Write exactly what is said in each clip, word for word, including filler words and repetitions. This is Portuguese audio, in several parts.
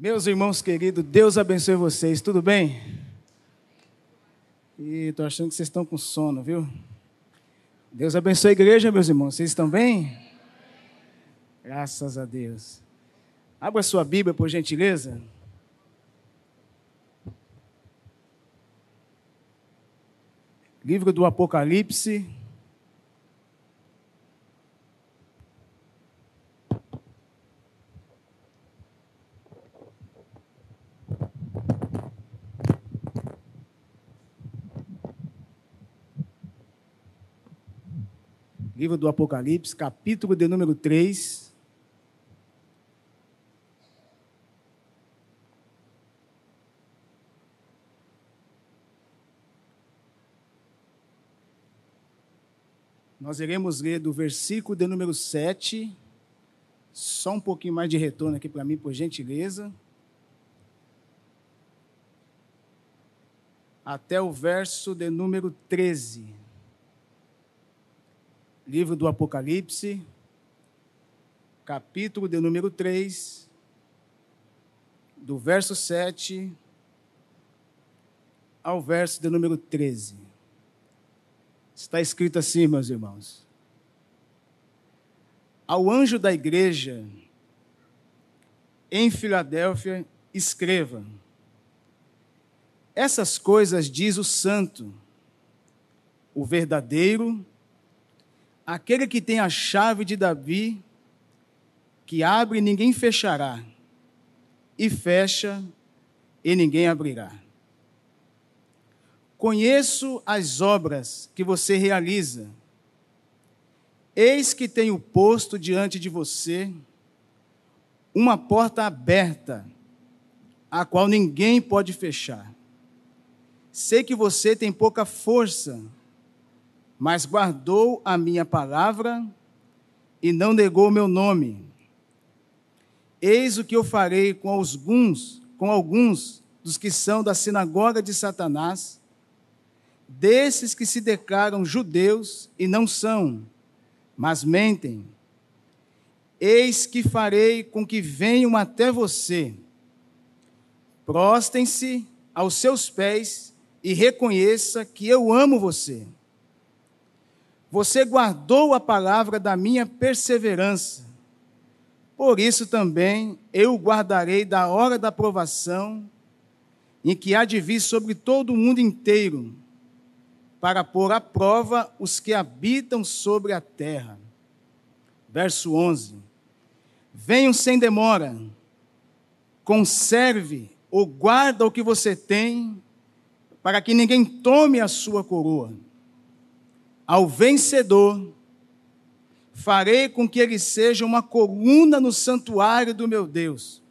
Meus irmãos queridos, Deus abençoe vocês, tudo bem? E estou achando que vocês estão com sono, viu? Deus abençoe a igreja, meus irmãos, vocês estão bem? Graças a Deus. Abra sua Bíblia, por gentileza. Livro do Apocalipse. Livro do Apocalipse, capítulo de número três. Nós iremos ler do versículo de número sete. Só um pouquinho mais de retorno aqui para mim, por gentileza. Até o verso de número treze. Livro do Apocalipse, capítulo de número três, do verso sete ao verso de número treze. Está escrito assim, meus irmãos: ao anjo da igreja em Filadélfia, escreva: essas coisas diz o santo, o verdadeiro, aquele que tem a chave de Davi, que abre e ninguém fechará, e fecha e ninguém abrirá. Conheço as obras que você realiza. Eis que tenho posto diante de você uma porta aberta, a qual ninguém pode fechar. Sei que você tem pouca força, mas guardou a minha palavra e não negou o meu nome. Eis o que eu farei com alguns, com alguns dos que são da sinagoga de Satanás, desses que se declaram judeus e não são, mas mentem. Eis que farei com que venham até você, prostem-se aos seus pés e reconheça que eu amo você. Você guardou a palavra da minha perseverança. Por isso também eu o guardarei da hora da provação, em que há de vir sobre todo o mundo inteiro, para pôr à prova os que habitam sobre a terra. Verso onze. Venham sem demora, conserve ou guarda o que você tem, para que ninguém tome a sua coroa. Ao vencedor, farei com que ele seja uma coluna no santuário do meu Deus,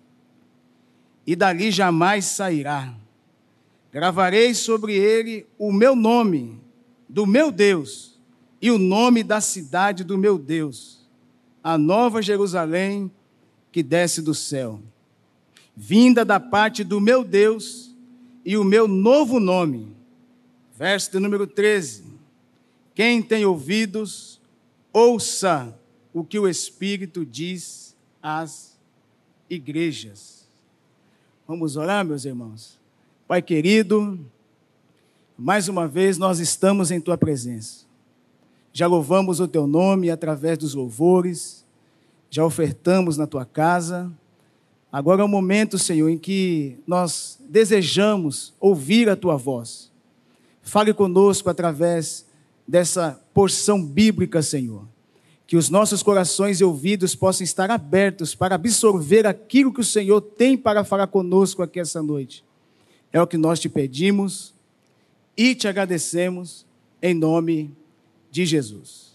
e dali jamais sairá. Gravarei sobre ele o meu nome, do meu Deus, e o nome da cidade do meu Deus, a nova Jerusalém que desce do céu, vinda da parte do meu Deus, e o meu novo nome. Verso de número treze. Quem tem ouvidos, ouça o que o Espírito diz às igrejas. Vamos orar, meus irmãos? Pai querido, mais uma vez nós estamos em Tua presença. Já louvamos o Teu nome através dos louvores, já ofertamos na Tua casa. Agora é o momento, Senhor, em que nós desejamos ouvir a Tua voz. Fale conosco através dessa porção bíblica, Senhor. Que os nossos corações e ouvidos possam estar abertos para absorver aquilo que o Senhor tem para falar conosco aqui essa noite. É o que nós te pedimos e te agradecemos em nome de Jesus.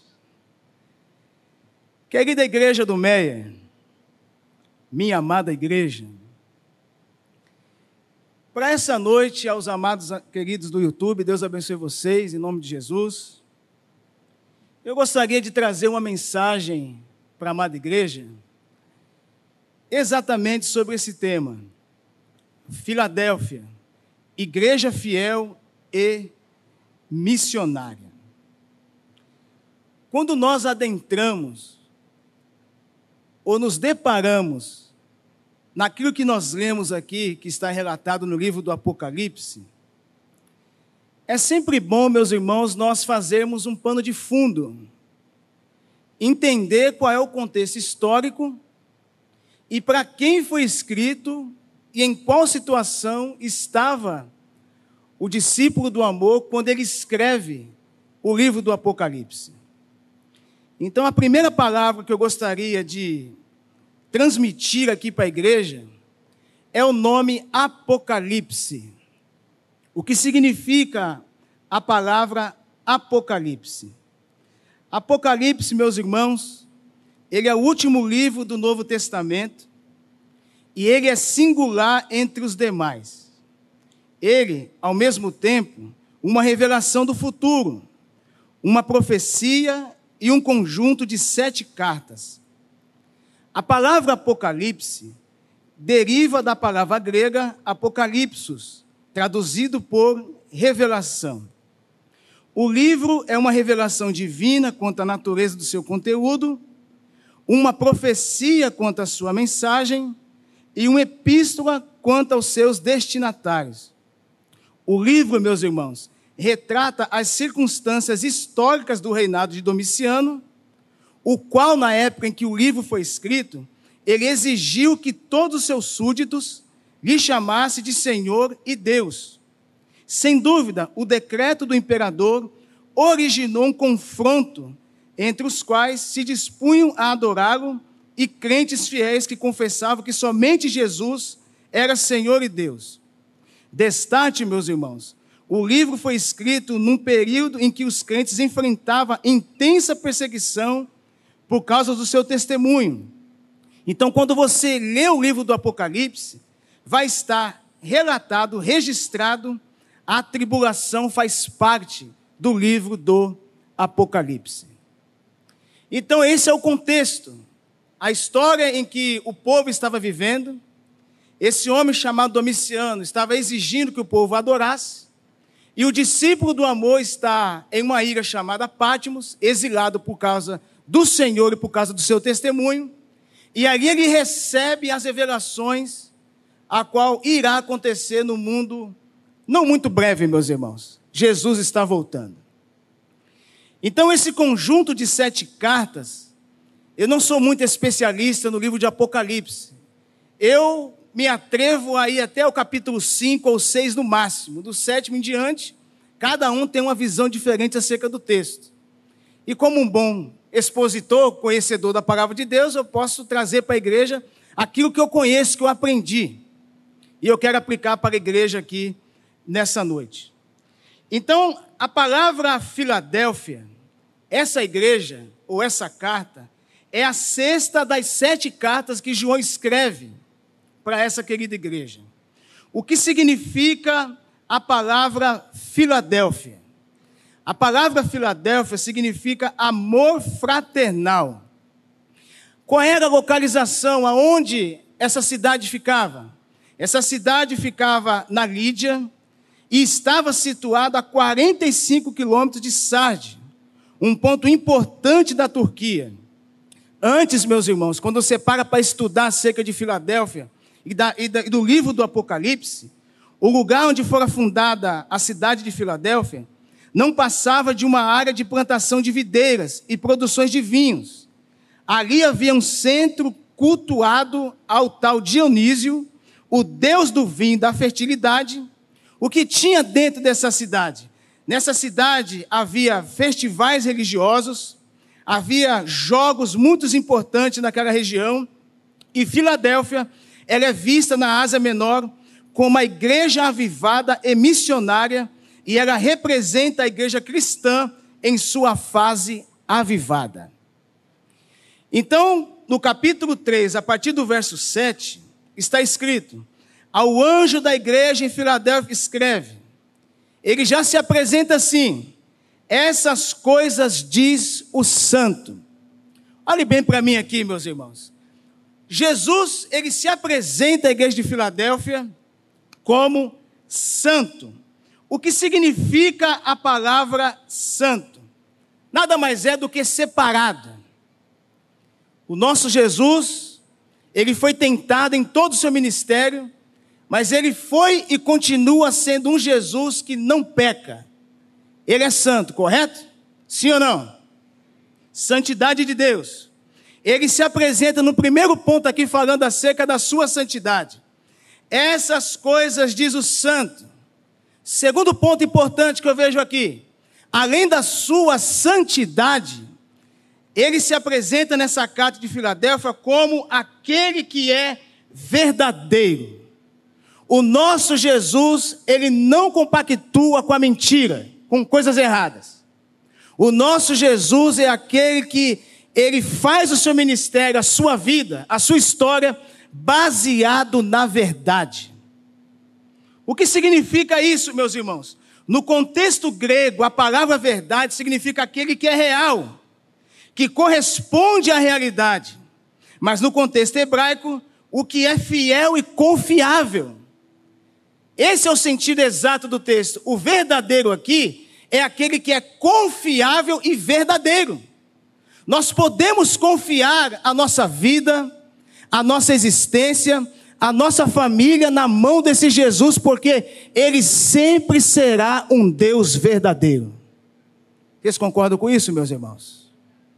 Querida igreja do Meia, minha amada igreja, para essa noite, aos amados queridos do YouTube, Deus abençoe vocês, em nome de Jesus. Eu gostaria de trazer uma mensagem para a amada igreja, exatamente sobre esse tema. Filadélfia, igreja fiel e missionária. Quando nós adentramos ou nos deparamos naquilo que nós lemos aqui, que está relatado no livro do Apocalipse, é sempre bom, meus irmãos, nós fazermos um pano de fundo, entender qual é o contexto histórico e para quem foi escrito e em qual situação estava o discípulo do amor quando ele escreve o livro do Apocalipse. Então, a primeira palavra que eu gostaria de transmitir aqui para a igreja é o nome Apocalipse. O que significa a palavra Apocalipse? Apocalipse, meus irmãos, ele é o último livro do Novo Testamento e ele é singular entre os demais. Ele, ao mesmo tempo, uma revelação do futuro, uma profecia e um conjunto de sete cartas. A palavra Apocalipse deriva da palavra grega Apocalipsos, traduzido por revelação. O livro é uma revelação divina quanto à natureza do seu conteúdo, uma profecia quanto à sua mensagem e uma epístola quanto aos seus destinatários. O livro, meus irmãos, retrata as circunstâncias históricas do reinado de Domiciano, o qual, na época em que o livro foi escrito, ele exigiu que todos os seus súditos lhe chamassem de Senhor e Deus. Sem dúvida, o decreto do imperador originou um confronto entre os quais se dispunham a adorá-lo e crentes fiéis que confessavam que somente Jesus era Senhor e Deus. Destaque, meus irmãos, o livro foi escrito num período em que os crentes enfrentavam intensa perseguição por causa do seu testemunho. Então, quando você lê o livro do Apocalipse, vai estar relatado, registrado, a tribulação faz parte do livro do Apocalipse. Então, esse é o contexto, a história em que o povo estava vivendo. Esse homem chamado Domiciano estava exigindo que o povo adorasse, e o discípulo do amor está em uma ilha chamada Patmos, exilado por causa do Senhor e por causa do seu testemunho, e ali ele recebe as revelações, a qual irá acontecer no mundo, não muito breve, meus irmãos. Jesus está voltando. Então, esse conjunto de sete cartas, eu não sou muito especialista no livro de Apocalipse. Eu me atrevo a ir até o capítulo cinco ou seis no máximo. Do sétimo em diante, cada um tem uma visão diferente acerca do texto. E como um bom expositor, conhecedor da palavra de Deus, eu posso trazer para a igreja aquilo que eu conheço, que eu aprendi. E eu quero aplicar para a igreja aqui nessa noite. Então, a palavra Filadélfia, essa igreja, ou essa carta, é a sexta das sete cartas que João escreve para essa querida igreja. O que significa a palavra Filadélfia? A palavra Filadélfia significa amor fraternal. Qual era a localização aonde essa cidade ficava? Essa cidade ficava na Lídia e estava situada a quarenta e cinco quilômetros de Sardes, um ponto importante da Turquia. Antes, meus irmãos, quando você para para estudar acerca de Filadélfia e, da, e, da, e do livro do Apocalipse, o lugar onde fora fundada a cidade de Filadélfia não passava de uma área de plantação de videiras e produções de vinhos. Ali havia um centro cultuado ao tal Dionísio, o deus do vinho e da fertilidade. O que tinha dentro dessa cidade? Nessa cidade havia festivais religiosos, havia jogos muito importantes naquela região, e Filadélfia, ela é vista na Ásia Menor como a igreja avivada e missionária, e ela representa a igreja cristã em sua fase avivada. Então, no capítulo três, a partir do verso sete, está escrito: ao anjo da igreja em Filadélfia escreve. Ele já se apresenta assim: essas coisas diz o santo. Olhe bem para mim aqui, meus irmãos. Jesus, ele se apresenta à igreja de Filadélfia como santo. O que significa a palavra santo? Nada mais é do que separado. O nosso Jesus, ele foi tentado em todo o seu ministério, mas ele foi e continua sendo um Jesus que não peca. Ele é santo, correto? Sim ou não? Santidade de Deus. Ele se apresenta no primeiro ponto aqui falando acerca da sua santidade. Essas coisas diz o santo. Segundo ponto importante que eu vejo aqui, além da sua santidade, ele se apresenta nessa carta de Filadélfia como aquele que é verdadeiro. O nosso Jesus, ele não compactua com a mentira, com coisas erradas. O nosso Jesus é aquele que ele faz o seu ministério, a sua vida, a sua história, baseado na verdade. O que significa isso, meus irmãos? No contexto grego, a palavra verdade significa aquele que é real, que corresponde à realidade. Mas no contexto hebraico, o que é fiel e confiável. Esse é o sentido exato do texto. O verdadeiro aqui é aquele que é confiável e verdadeiro. Nós podemos confiar a nossa vida, a nossa existência, a nossa família na mão desse Jesus, porque ele sempre será um Deus verdadeiro. Vocês concordam com isso, meus irmãos?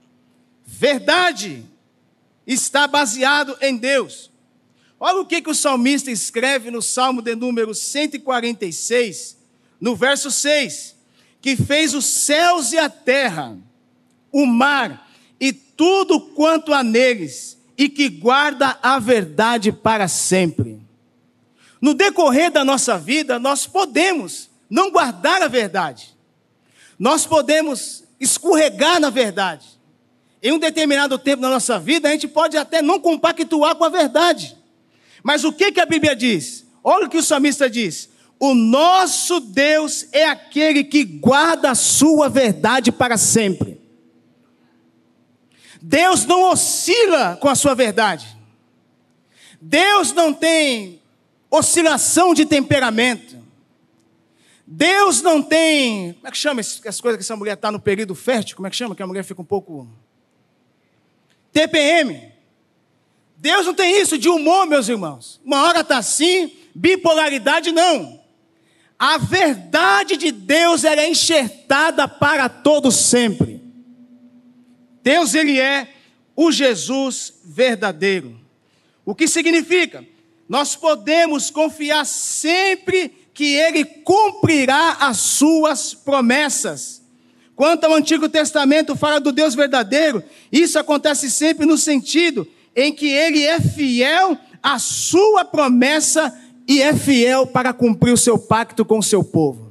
Verdade está baseado em Deus. Olha o que, que o salmista escreve no Salmo de número cento e quarenta e seis, no verso seis, que fez os céus e a terra, o mar e tudo quanto há neles, e que guarda a verdade para sempre. No decorrer da nossa vida, nós podemos não guardar a verdade. Nós podemos escorregar na verdade. Em um determinado tempo da nossa vida, a gente pode até não compactuar com a verdade. Mas o que, que a Bíblia diz? Olha o que o salmista diz. O nosso Deus é aquele que guarda a sua verdade para sempre. Deus não oscila com a sua verdade. Deus não tem oscilação de temperamento. Deus não tem... Como é que chama as coisas que essa mulher está no período fértil? Como é que chama? Que a mulher fica um pouco... T P M. Deus não tem isso de humor, meus irmãos. Uma hora está assim, bipolaridade não. A verdade de Deus ela é enxertada para todo sempre. Deus, ele é o Jesus verdadeiro. O que significa? Nós podemos confiar sempre que ele cumprirá as suas promessas. Quanto ao Antigo Testamento fala do Deus verdadeiro, isso acontece sempre no sentido em que ele é fiel à sua promessa e é fiel para cumprir o seu pacto com o seu povo.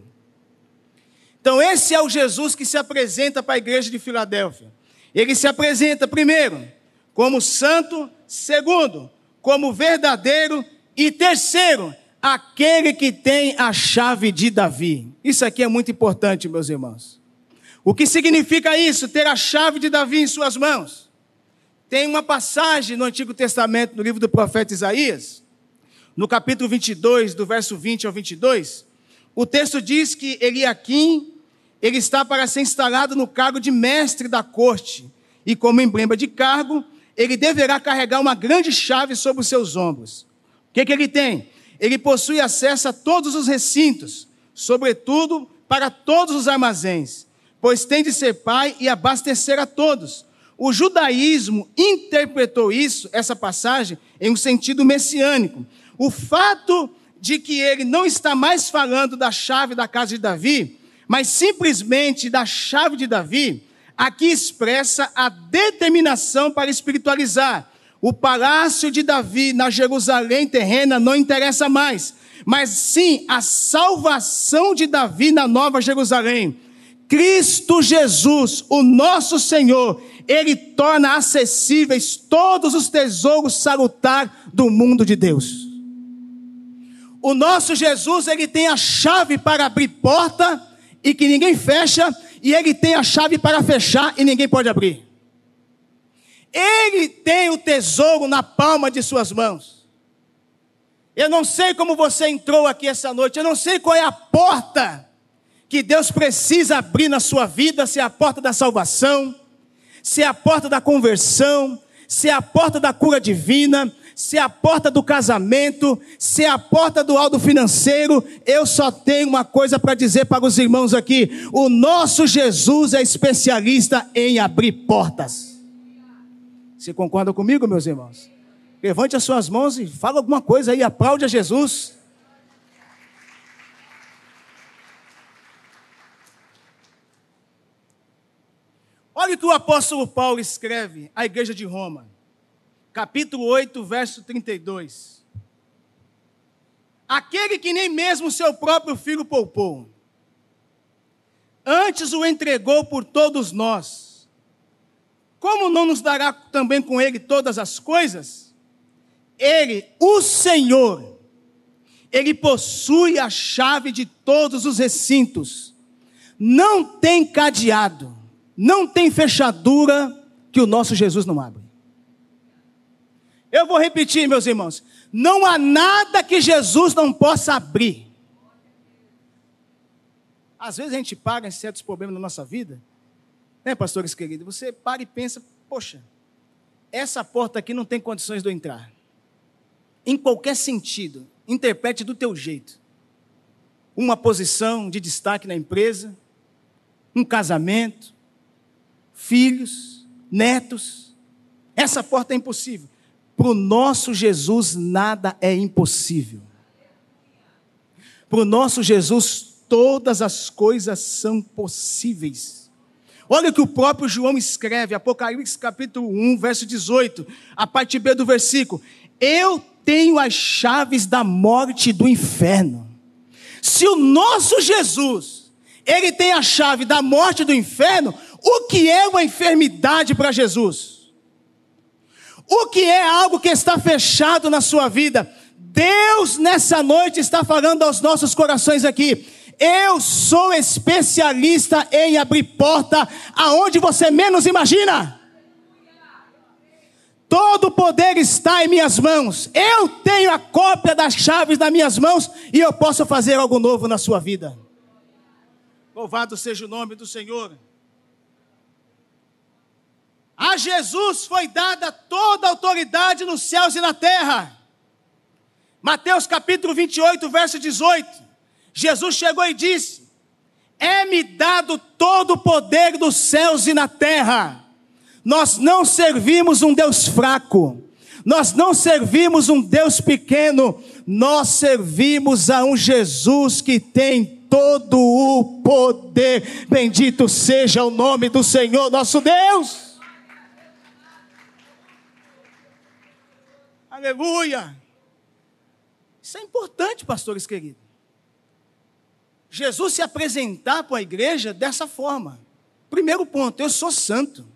Então esse é o Jesus que se apresenta para a igreja de Filadélfia. Ele se apresenta, primeiro, como santo, segundo, como verdadeiro e terceiro, aquele que tem a chave de Davi. Isso aqui é muito importante, meus irmãos. O que significa isso? Ter a chave de Davi em suas mãos. Tem uma passagem no Antigo Testamento, no livro do profeta Isaías, no capítulo vinte e dois, do verso vinte ao vinte e dois, o texto diz que Eliaquim, ele está para ser instalado no cargo de mestre da corte, e como emblema de cargo, ele deverá carregar uma grande chave sobre os seus ombros. O que, que ele tem? Ele possui acesso a todos os recintos, sobretudo para todos os armazéns, pois tem de ser pai e abastecer a todos. O judaísmo interpretou isso, essa passagem, em um sentido messiânico. O fato de que ele não está mais falando da chave da casa de Davi, mas simplesmente da chave de Davi, aqui expressa a determinação para espiritualizar. O palácio de Davi na Jerusalém terrena não interessa mais, mas sim a salvação de Davi na Nova Jerusalém. Cristo Jesus, o nosso Senhor, ele torna acessíveis todos os tesouros salutares do mundo de Deus. O nosso Jesus, ele tem a chave para abrir porta e que ninguém fecha, e ele tem a chave para fechar e ninguém pode abrir. Ele tem o tesouro na palma de suas mãos. Eu não sei como você entrou aqui essa noite, eu não sei qual é a porta que Deus precisa abrir na sua vida, se é a porta da salvação, se é a porta da conversão, se é a porta da cura divina, se é a porta do casamento, se é a porta do alto financeiro, eu só tenho uma coisa para dizer para os irmãos aqui: o nosso Jesus é especialista em abrir portas. Você concorda comigo, meus irmãos? Levante as suas mãos e fala alguma coisa aí, aplaude a Jesus. Olha o que o apóstolo Paulo escreve à igreja de Roma, capítulo oito, verso trinta e dois. Aquele que nem mesmo seu próprio filho poupou, antes o entregou por todos nós, como não nos dará também com ele todas as coisas? Ele, o Senhor, ele possui a chave de todos os recintos, não tem cadeado, não tem fechadura que o nosso Jesus não abre. Eu vou repetir, meus irmãos. Não há nada que Jesus não possa abrir. Às vezes a gente paga em certos problemas na nossa vida, né, pastores queridos? Você para e pensa, poxa, essa porta aqui não tem condições de eu entrar. Em qualquer sentido, interprete do teu jeito. Uma posição de destaque na empresa, um casamento, filhos, netos. Essa porta é impossível. Para o nosso Jesus nada é impossível. Para o nosso Jesus todas as coisas são possíveis. Olha o que o próprio João escreve, Apocalipse capítulo um, verso dezoito, a parte B do versículo: eu tenho as chaves da morte e do inferno. Se o nosso Jesus, ele tem a chave da morte e do inferno, o que é uma enfermidade para Jesus? O que é algo que está fechado na sua vida? Deus nessa noite está falando aos nossos corações aqui: eu sou especialista em abrir porta aonde você menos imagina. Todo o poder está em minhas mãos. Eu tenho a cópia das chaves nas minhas mãos e eu posso fazer algo novo na sua vida. Louvado seja o nome do Senhor. A Jesus foi dada toda a autoridade nos céus e na terra. Mateus capítulo vinte e oito, verso dezoito. Jesus chegou e disse: é-me dado todo o poder dos céus e na terra. Nós não servimos um Deus fraco. Nós não servimos um Deus pequeno. Nós servimos a um Jesus que tem todo o poder. Bendito seja o nome do Senhor nosso Deus. Aleluia! Isso é importante, pastores queridos. Jesus se apresentar para a igreja dessa forma. Primeiro ponto: eu sou santo.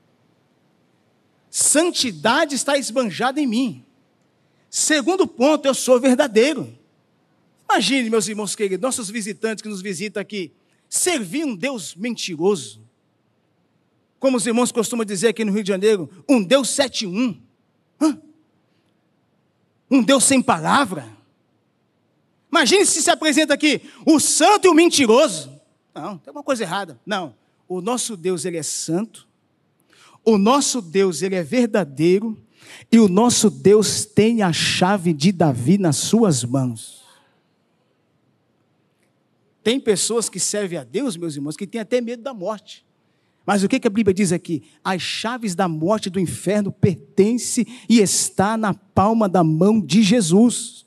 Santidade está esbanjada em mim. Segundo ponto: eu sou verdadeiro. Imagine, meus irmãos queridos, nossos visitantes que nos visitam aqui, servir um Deus mentiroso. Como os irmãos costumam dizer aqui no Rio de Janeiro, um Deus sete um. Hã? Um Deus sem palavra. Imagine se se apresenta aqui o santo e o mentiroso. Não, tem uma coisa errada. Não, o nosso Deus, ele é santo. O nosso Deus, ele é verdadeiro. E o nosso Deus tem a chave de Davi nas suas mãos. Tem pessoas que servem a Deus, meus irmãos, que têm até medo da morte. Mas o que a Bíblia diz aqui? As chaves da morte e do inferno pertencem e está na palma da mão de Jesus.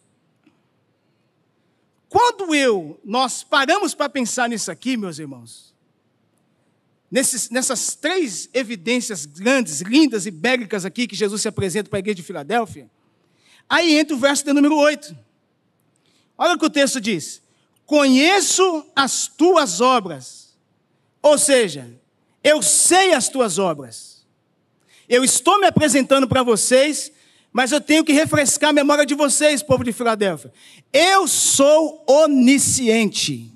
Quando eu, nós paramos para pensar nisso aqui, meus irmãos, nesses, nessas três evidências grandes, lindas e bélicas aqui que Jesus se apresenta para a igreja de Filadélfia, aí entra o verso de número oito. Olha o que o texto diz: conheço as tuas obras, ou seja, eu sei as tuas obras. Eu estou me apresentando para vocês, mas eu tenho que refrescar a memória de vocês, povo de Filadélfia. Eu sou onisciente.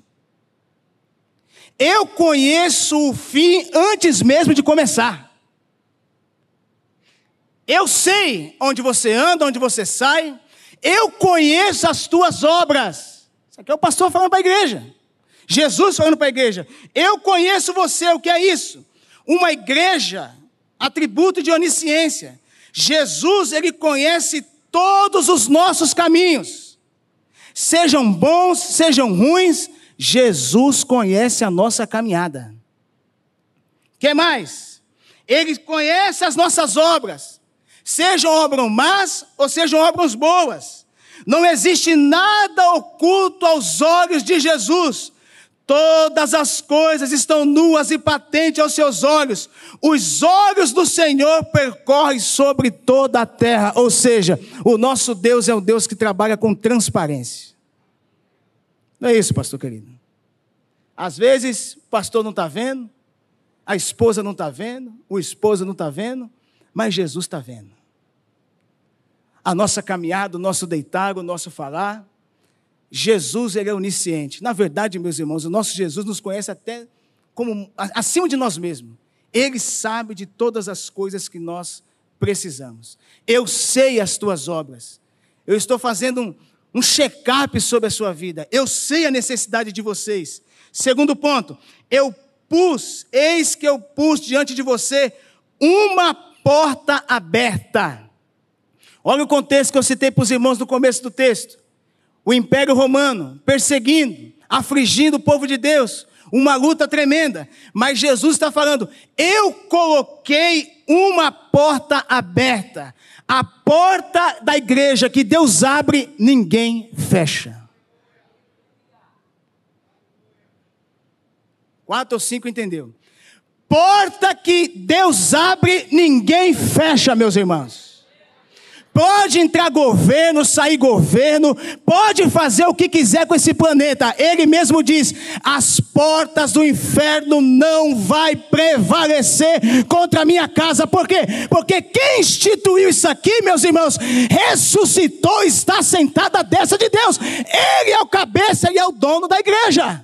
Eu conheço o fim antes mesmo de começar. Eu sei onde você anda, onde você sai. Eu conheço as tuas obras. Isso aqui é o pastor falando para a igreja. Jesus falando para a igreja: eu conheço você. O que é isso? Uma igreja, atributo de onisciência. Jesus, ele conhece todos os nossos caminhos. Sejam bons, sejam ruins, Jesus conhece a nossa caminhada. O que mais? Ele conhece as nossas obras, sejam obras más ou sejam obras boas. Não existe nada oculto aos olhos de Jesus. Todas as coisas estão nuas e patentes aos seus olhos. Os olhos do Senhor percorrem sobre toda a terra. Ou seja, o nosso Deus é um Deus que trabalha com transparência. Não é isso, pastor querido? Às vezes, o pastor não está vendo, a esposa não está vendo, o esposo não está vendo, mas Jesus está vendo. A nossa caminhada, o nosso deitar, o nosso falar. Jesus, ele é onisciente. Na verdade, meus irmãos, o nosso Jesus nos conhece até como acima de nós mesmos. Ele sabe de todas as coisas que nós precisamos. Eu sei as tuas obras. Eu estou fazendo um, um check-up sobre a sua vida. Eu sei a necessidade de vocês. Segundo ponto, eu pus, eis que eu pus diante de você uma porta aberta. Olha o contexto que eu citei para os irmãos no começo do texto. O Império Romano perseguindo, afligindo o povo de Deus, uma luta tremenda. Mas Jesus está falando, eu coloquei uma porta aberta. A porta da igreja que Deus abre, ninguém fecha. Quatro ou cinco entendeu? Porta que Deus abre, ninguém fecha, meus irmãos. Pode entrar governo, sair governo, pode fazer o que quiser com esse planeta. Ele mesmo diz, as portas do inferno não vai prevalecer contra a minha casa. Por quê? Porque quem instituiu isso aqui, meus irmãos, ressuscitou, está sentado à destra de Deus. Ele é o cabeça, ele é o dono da igreja.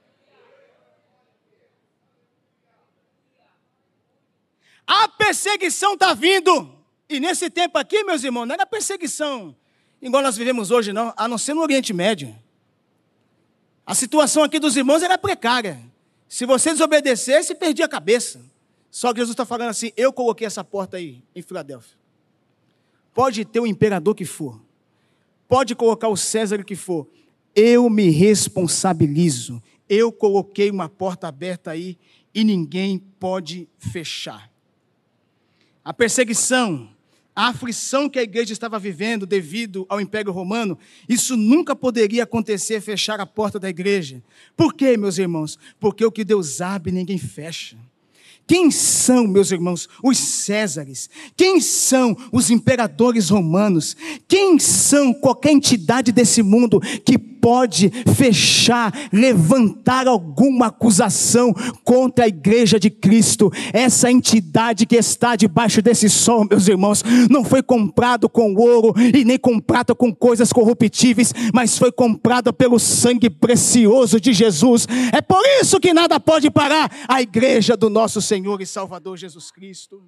A perseguição está vindo. E nesse tempo aqui, meus irmãos, não era perseguição igual nós vivemos hoje, não, a não ser no Oriente Médio. A situação aqui dos irmãos era precária. Se você desobedecesse, perdia a cabeça. Só que Jesus está falando assim, eu coloquei essa porta aí, em Filadélfia. Pode ter o imperador que for. Pode colocar o César que for. Eu me responsabilizo. Eu coloquei uma porta aberta aí e ninguém pode fechar. A perseguição, a aflição que a igreja estava vivendo devido ao Império Romano, isso nunca poderia acontecer, fechar a porta da igreja. Por quê, meus irmãos? Porque o que Deus abre, ninguém fecha. Quem são, meus irmãos, os Césares? Quem são os imperadores romanos? Quem são qualquer entidade desse mundo que pode fechar, levantar alguma acusação contra a igreja de Cristo? Essa entidade que está debaixo desse sol, meus irmãos, não foi comprado com ouro e nem com prata, com coisas corruptíveis, mas foi comprada pelo sangue precioso de Jesus. É por isso que nada pode parar a igreja do nosso Senhor e Salvador Jesus Cristo.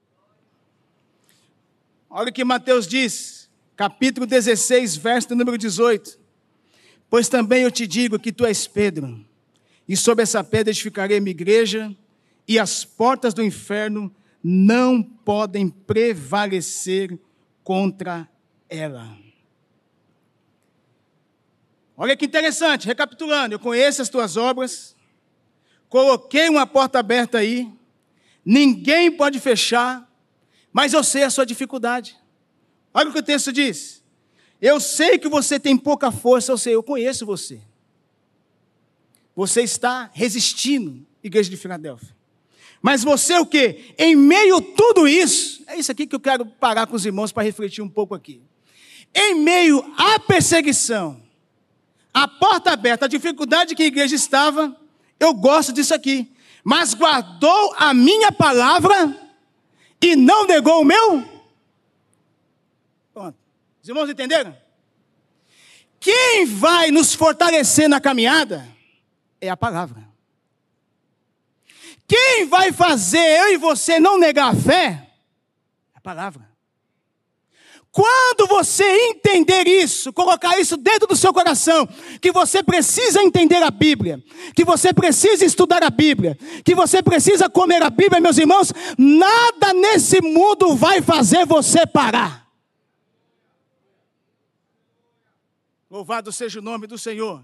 Olha o que Mateus diz, capítulo dezesseis, verso número dezoito. Pois também eu te digo que tu és Pedro, e sobre essa pedra edificarei minha igreja, e as portas do inferno não podem prevalecer contra ela. Olha que interessante, recapitulando, eu conheço as tuas obras, coloquei uma porta aberta aí, ninguém pode fechar, mas eu sei a sua dificuldade. Olha o que o texto diz. Eu sei que você tem pouca força, eu sei, eu conheço você. Você está resistindo, igreja de Filadélfia. Mas você o quê? Em meio a tudo isso, é isso aqui que eu quero parar com os irmãos para refletir um pouco aqui. Em meio à perseguição, a porta aberta, a dificuldade que a igreja estava, eu gosto disso aqui. Mas guardou a minha palavra e não negou o meu. Pronto. Os irmãos entenderam? Quem vai nos fortalecer na caminhada é a palavra. Quem vai fazer eu e você não negar a fé é a palavra. Quando você entender isso, colocar isso dentro do seu coração, que você precisa entender a Bíblia, que você precisa estudar a Bíblia, que você precisa comer a Bíblia, meus irmãos, nada nesse mundo vai fazer você parar. Louvado seja o nome do Senhor.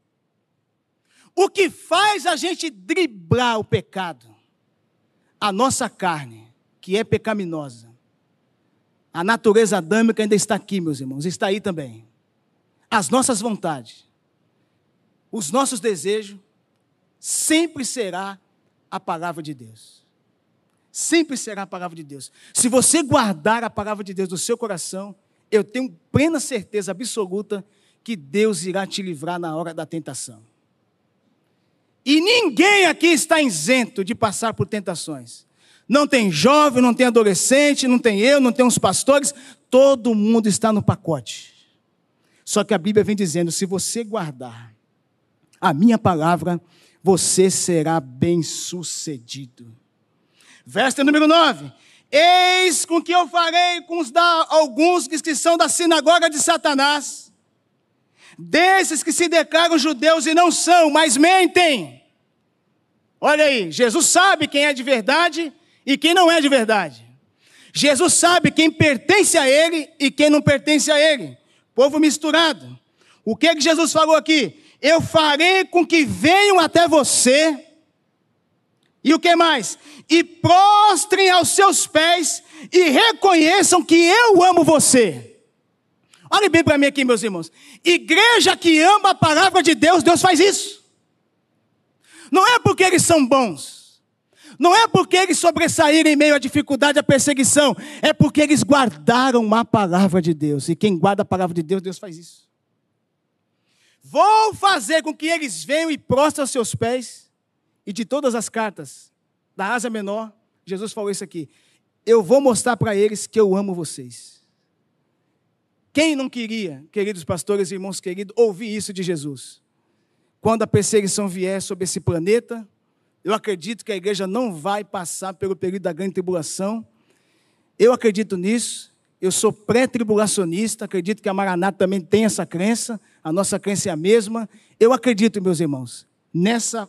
O que faz a gente driblar o pecado? A nossa carne, que é pecaminosa. A natureza adâmica ainda está aqui, meus irmãos, está aí também. As nossas vontades, os nossos desejos, sempre será a palavra de Deus. Sempre será a palavra de Deus. Se você guardar a palavra de Deus no seu coração, eu tenho plena certeza absoluta que Deus irá te livrar na hora da tentação. E ninguém aqui está isento de passar por tentações. Não tem jovem, não tem adolescente, não tem eu, não tem uns pastores, todo mundo está no pacote. Só que a Bíblia vem dizendo, se você guardar a minha palavra, você será bem-sucedido. Verso número nove. Eis com que eu farei com os da, alguns que são da sinagoga de Satanás, desses que se declaram judeus e não são, mas mentem. Olha aí, Jesus sabe quem é de verdade e quem não é de verdade. Jesus sabe quem pertence a Ele e quem não pertence a Ele. Povo misturado. O que é que Jesus falou aqui? Eu farei com que venham até você. E o que mais? E prostrem aos seus pés e reconheçam que eu amo você. Olha bem para mim aqui, meus irmãos. Igreja que ama a palavra de Deus, Deus faz isso. Não é porque eles são bons. Não é porque eles sobressaíram em meio à dificuldade, à perseguição. É porque eles guardaram a palavra de Deus. E quem guarda a palavra de Deus, Deus faz isso. Vou fazer com que eles venham e prostrem aos seus pés. E de todas as cartas da Ásia Menor, Jesus falou isso aqui. Eu vou mostrar para eles que eu amo vocês. Quem não queria, queridos pastores e irmãos queridos, ouvir isso de Jesus? Quando a perseguição vier sobre esse planeta, eu acredito que a igreja não vai passar pelo período da grande tribulação. Eu acredito nisso. Eu sou pré-tribulacionista, acredito que a Maranata também tem essa crença. A nossa crença é a mesma. Eu acredito, meus irmãos, nessa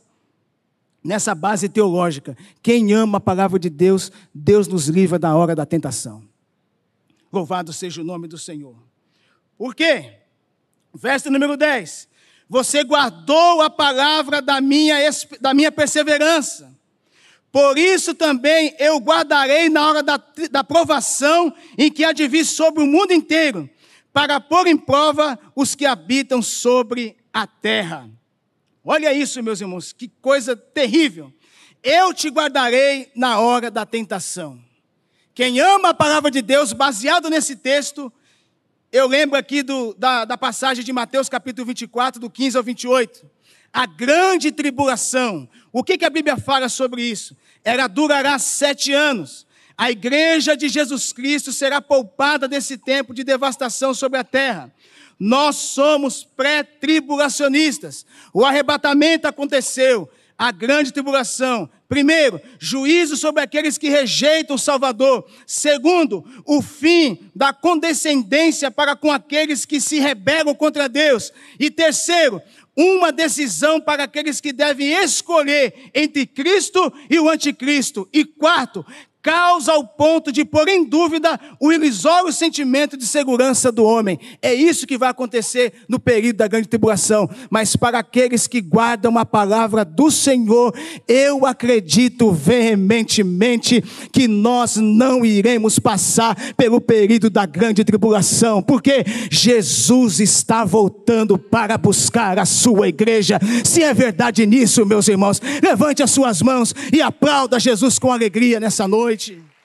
Nessa base teológica, quem ama a palavra de Deus, Deus nos livra da hora da tentação. Louvado seja o nome do Senhor. Por quê? Verso número dez. Você guardou a palavra da minha, da minha perseverança. Por isso também eu guardarei na hora da, da provação em que há de vir sobre o mundo inteiro, para pôr em prova os que habitam sobre a terra. Olha isso, meus irmãos, que coisa terrível. Eu te guardarei na hora da tentação. Quem ama a palavra de Deus, baseado nesse texto, eu lembro aqui do, da, da passagem de Mateus capítulo vinte e quatro, do quinze ao vinte e oito. A grande tribulação. O que, que a Bíblia fala sobre isso? Ela durará sete anos. A igreja de Jesus Cristo será poupada desse tempo de devastação sobre a terra. Nós somos pré-tribulacionistas. O arrebatamento aconteceu, a grande tribulação. Primeiro, juízo sobre aqueles que rejeitam o Salvador. Segundo, o fim da condescendência para com aqueles que se rebelam contra Deus. E terceiro, uma decisão para aqueles que devem escolher entre Cristo e o anticristo. E quarto, causa ao ponto de pôr em dúvida o ilusório sentimento de segurança do homem. É isso que vai acontecer no período da grande tribulação. Mas para aqueles que guardam a palavra do Senhor, eu acredito veementemente que nós não iremos passar pelo período da grande tribulação, porque Jesus está voltando para buscar a sua igreja. Se é verdade nisso, meus irmãos, levante as suas mãos e aplauda Jesus com alegria nessa noite.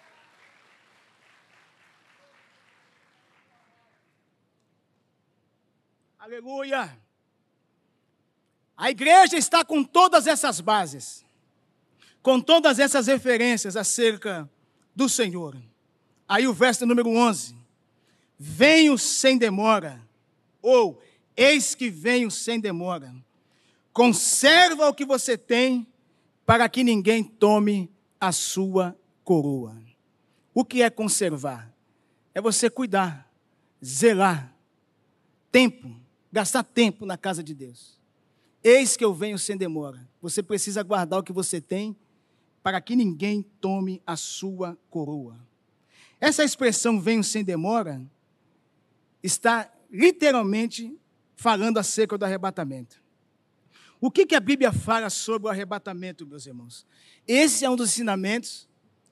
Aleluia! A igreja está com todas essas bases, com todas essas referências acerca do Senhor. Aí o verso número onze. Venho sem demora, ou eis que venho sem demora. Conserva o que você tem, para que ninguém tome a sua coroa. O que é conservar? É você cuidar, zelar, tempo, gastar tempo na casa de Deus. Eis que eu venho sem demora. Você precisa guardar o que você tem, para que ninguém tome a sua coroa. Essa expressão venho sem demora está literalmente falando acerca do arrebatamento. O que, que a Bíblia fala sobre o arrebatamento, meus irmãos? Esse é um dos ensinamentos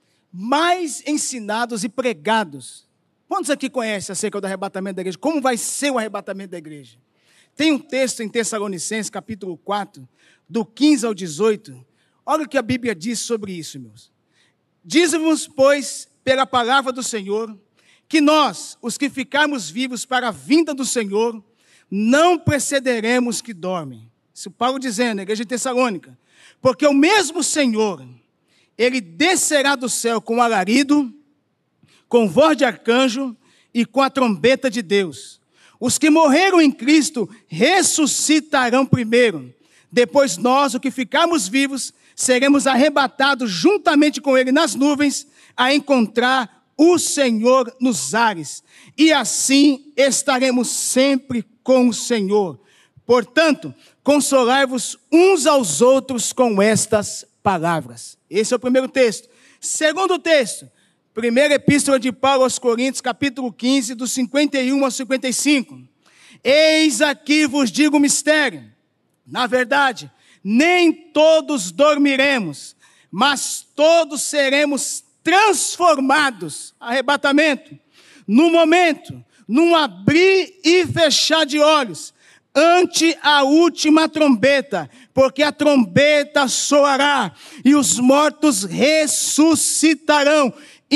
mais ensinados e pregados. Quantos aqui conhecem acerca do arrebatamento da igreja? Como vai ser o arrebatamento da igreja? Tem um texto em Tessalonicenses, capítulo quatro, do quinze ao dezoito. Olha o que a Bíblia diz sobre isso, meus. Diz-nos, pois, pela palavra do Senhor, que nós, os que ficarmos vivos para a vinda do Senhor, não precederemos que dormem. Isso Paulo dizendo, na igreja de Tessalônica. Porque o mesmo Senhor, ele descerá do céu com alarido, com voz de arcanjo e com a trombeta de Deus. Os que morreram em Cristo ressuscitarão primeiro. Depois nós, os que ficarmos vivos, seremos arrebatados juntamente com ele nas nuvens a encontrar o Senhor nos ares. E assim estaremos sempre com o Senhor. Portanto, consolai-vos uns aos outros com estas palavras. Esse é o primeiro texto. Segundo texto, primeira epístola de Paulo aos Coríntios, capítulo quinze, do cinquenta e um ao cinquenta e cinco. Eis aqui vos digo o mistério. Na verdade, nem todos dormiremos, mas todos seremos transformados. Arrebatamento. No momento, num abrir e fechar de olhos, ante a última trombeta, porque a trombeta soará e os mortos ressuscitarão,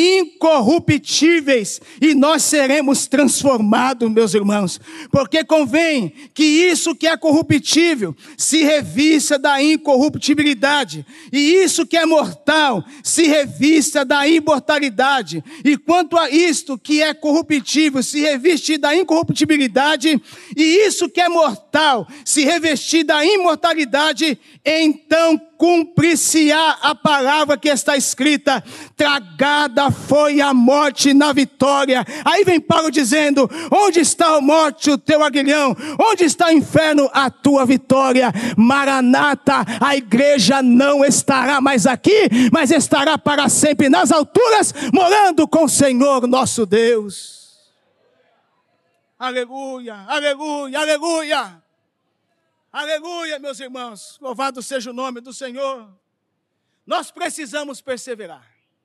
incorruptíveis, e nós seremos transformados, meus irmãos, porque convém que isso que é corruptível se revista da incorruptibilidade, e isso que é mortal se revista da imortalidade, e quanto a isto que é corruptível se revestir da incorruptibilidade, e isso que é mortal se revestir da imortalidade, então cumprir-se-á a palavra que está escrita: tragada foi a morte na vitória. Aí vem Paulo dizendo: onde está a morte, o teu aguilhão? Onde está o inferno, a tua vitória? Maranata, a igreja não estará mais aqui, mas estará para sempre nas alturas, morando com o Senhor nosso Deus. Aleluia, aleluia, aleluia. Aleluia, meus irmãos, louvado seja o nome do Senhor. Nós precisamos perseverar,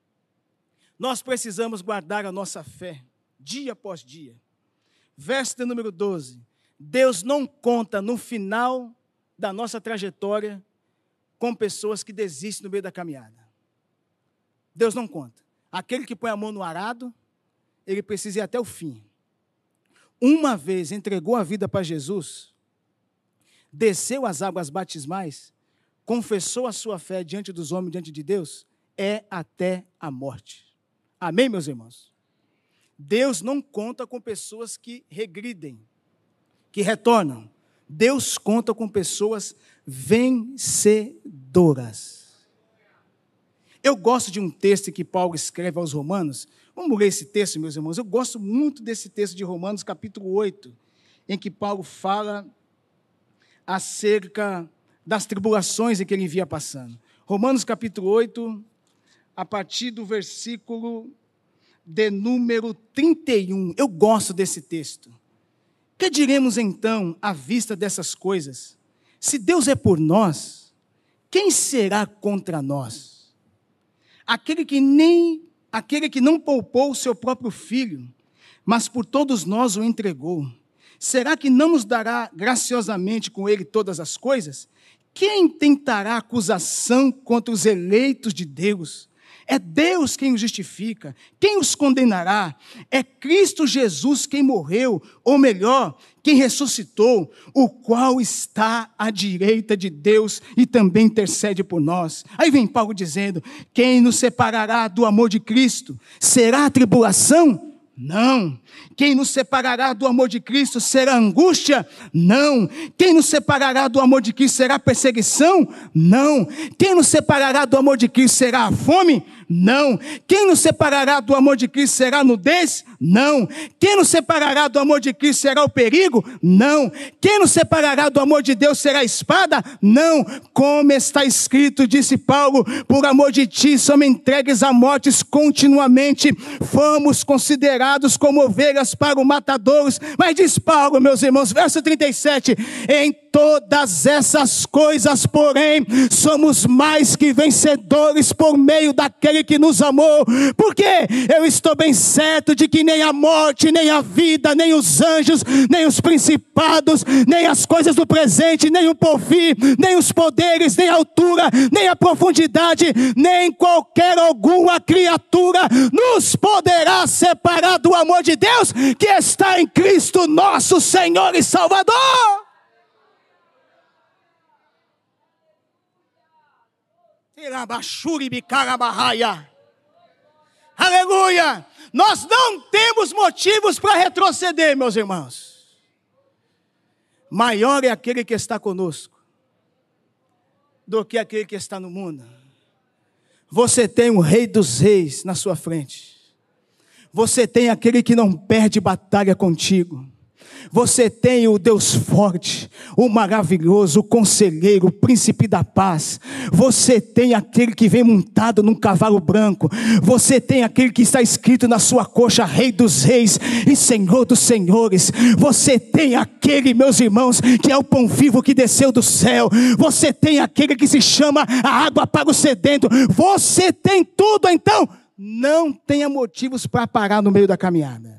nós precisamos guardar a nossa fé, dia após dia. Verso de número doze, Deus não conta no final da nossa trajetória com pessoas que desistem no meio da caminhada. Deus não conta. Aquele que põe a mão no arado, ele precisa ir até o fim. Uma vez entregou a vida para Jesus, desceu as águas batismais, confessou a sua fé diante dos homens, diante de Deus, é até a morte. Amém, meus irmãos? Deus não conta com pessoas que regridem, que retornam. Deus conta com pessoas vencedoras. Eu gosto de um texto que Paulo escreve aos Romanos. Vamos ler esse texto, meus irmãos. Eu gosto muito desse texto de Romanos, capítulo oito, em que Paulo fala acerca das tribulações em que ele via passando. Romanos capítulo oito, a partir do versículo de número trinta e um. Eu gosto desse texto. Que diremos então à vista dessas coisas? Se Deus é por nós, quem será contra nós? Aquele que nem, aquele que não poupou o seu próprio filho, mas por todos nós o entregou, será que não nos dará graciosamente com ele todas as coisas? Quem tentará acusação contra os eleitos de Deus? É Deus quem os justifica. Quem os condenará? É Cristo Jesus quem morreu, ou melhor, quem ressuscitou, o qual está à direita de Deus e também intercede por nós. Aí vem Paulo dizendo: quem nos separará do amor de Cristo? Será a tribulação? Não. Quem nos separará do amor de Cristo? Será angústia? Não. Quem nos separará do amor de Cristo? Será perseguição? Não. Quem nos separará do amor de Cristo? Será a fome? Não. Quem nos separará do amor de Cristo? Será nudez? Não. Quem nos separará do amor de Cristo será o perigo? Não. Quem nos separará do amor de Deus será a espada? Não. Como está escrito, disse Paulo, por amor de ti somos entregues a mortes continuamente, fomos considerados como ovelhas para o matadouros. Mas diz Paulo, meus irmãos, verso trinta e sete, em todas essas coisas, porém, somos mais que vencedores por meio daquele que nos amou. Porque eu estou bem certo de que nem a morte, nem a vida, nem os anjos, nem os principados, nem as coisas do presente, nem o porvir, nem os poderes, nem a altura, nem a profundidade, nem qualquer alguma criatura nos poderá separar do amor de Deus que está em Cristo nosso Senhor e Salvador. Aleluia! Nós não temos motivos para retroceder, meus irmãos. Maior é aquele que está conosco do que aquele que está no mundo. Você tem o Rei dos Reis na sua frente. Você tem aquele que não perde batalha contigo. Você tem o Deus forte, o maravilhoso, o conselheiro, o príncipe da paz. Você tem aquele que vem montado num cavalo branco. Você tem aquele que está escrito na sua coxa, Rei dos Reis e Senhor dos Senhores. Você tem aquele, meus irmãos, que é o pão vivo que desceu do céu. Você tem aquele que se chama a água para o sedento. Você tem tudo, então não tenha motivos para parar no meio da caminhada.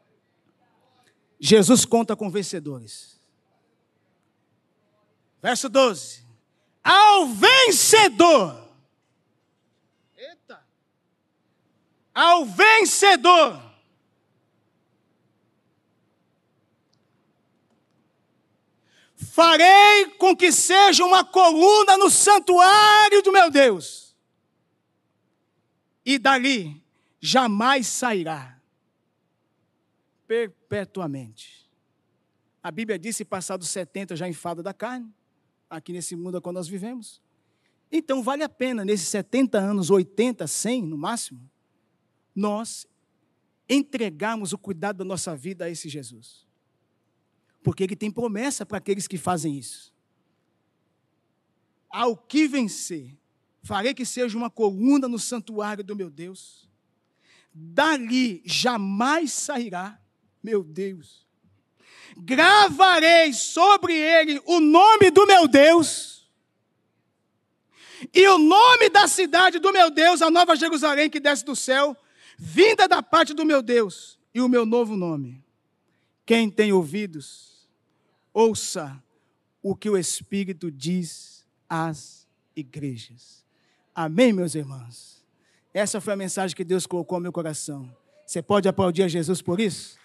Jesus conta com vencedores. Verso doze. Ao vencedor. Eita. Ao vencedor. Farei com que seja uma coluna no santuário do meu Deus. E dali jamais sairá. Perpetuamente. A Bíblia diz, se passar dos setenta já enfada da carne, aqui nesse mundo quando nós vivemos. Então vale a pena, nesses setenta anos, oitenta, cem no máximo, nós entregarmos o cuidado da nossa vida a esse Jesus. Porque Ele tem promessa para aqueles que fazem isso. Ao que vencer, farei que seja uma coluna no santuário do meu Deus. Dali jamais sairá. Meu Deus, gravarei sobre ele o nome do meu Deus e o nome da cidade do meu Deus, a nova Jerusalém que desce do céu, vinda da parte do meu Deus, e o meu novo nome. Quem tem ouvidos, ouça o que o Espírito diz às igrejas. Amém, meus irmãos? Essa foi a mensagem que Deus colocou no meu coração. Você pode aplaudir a Jesus por isso?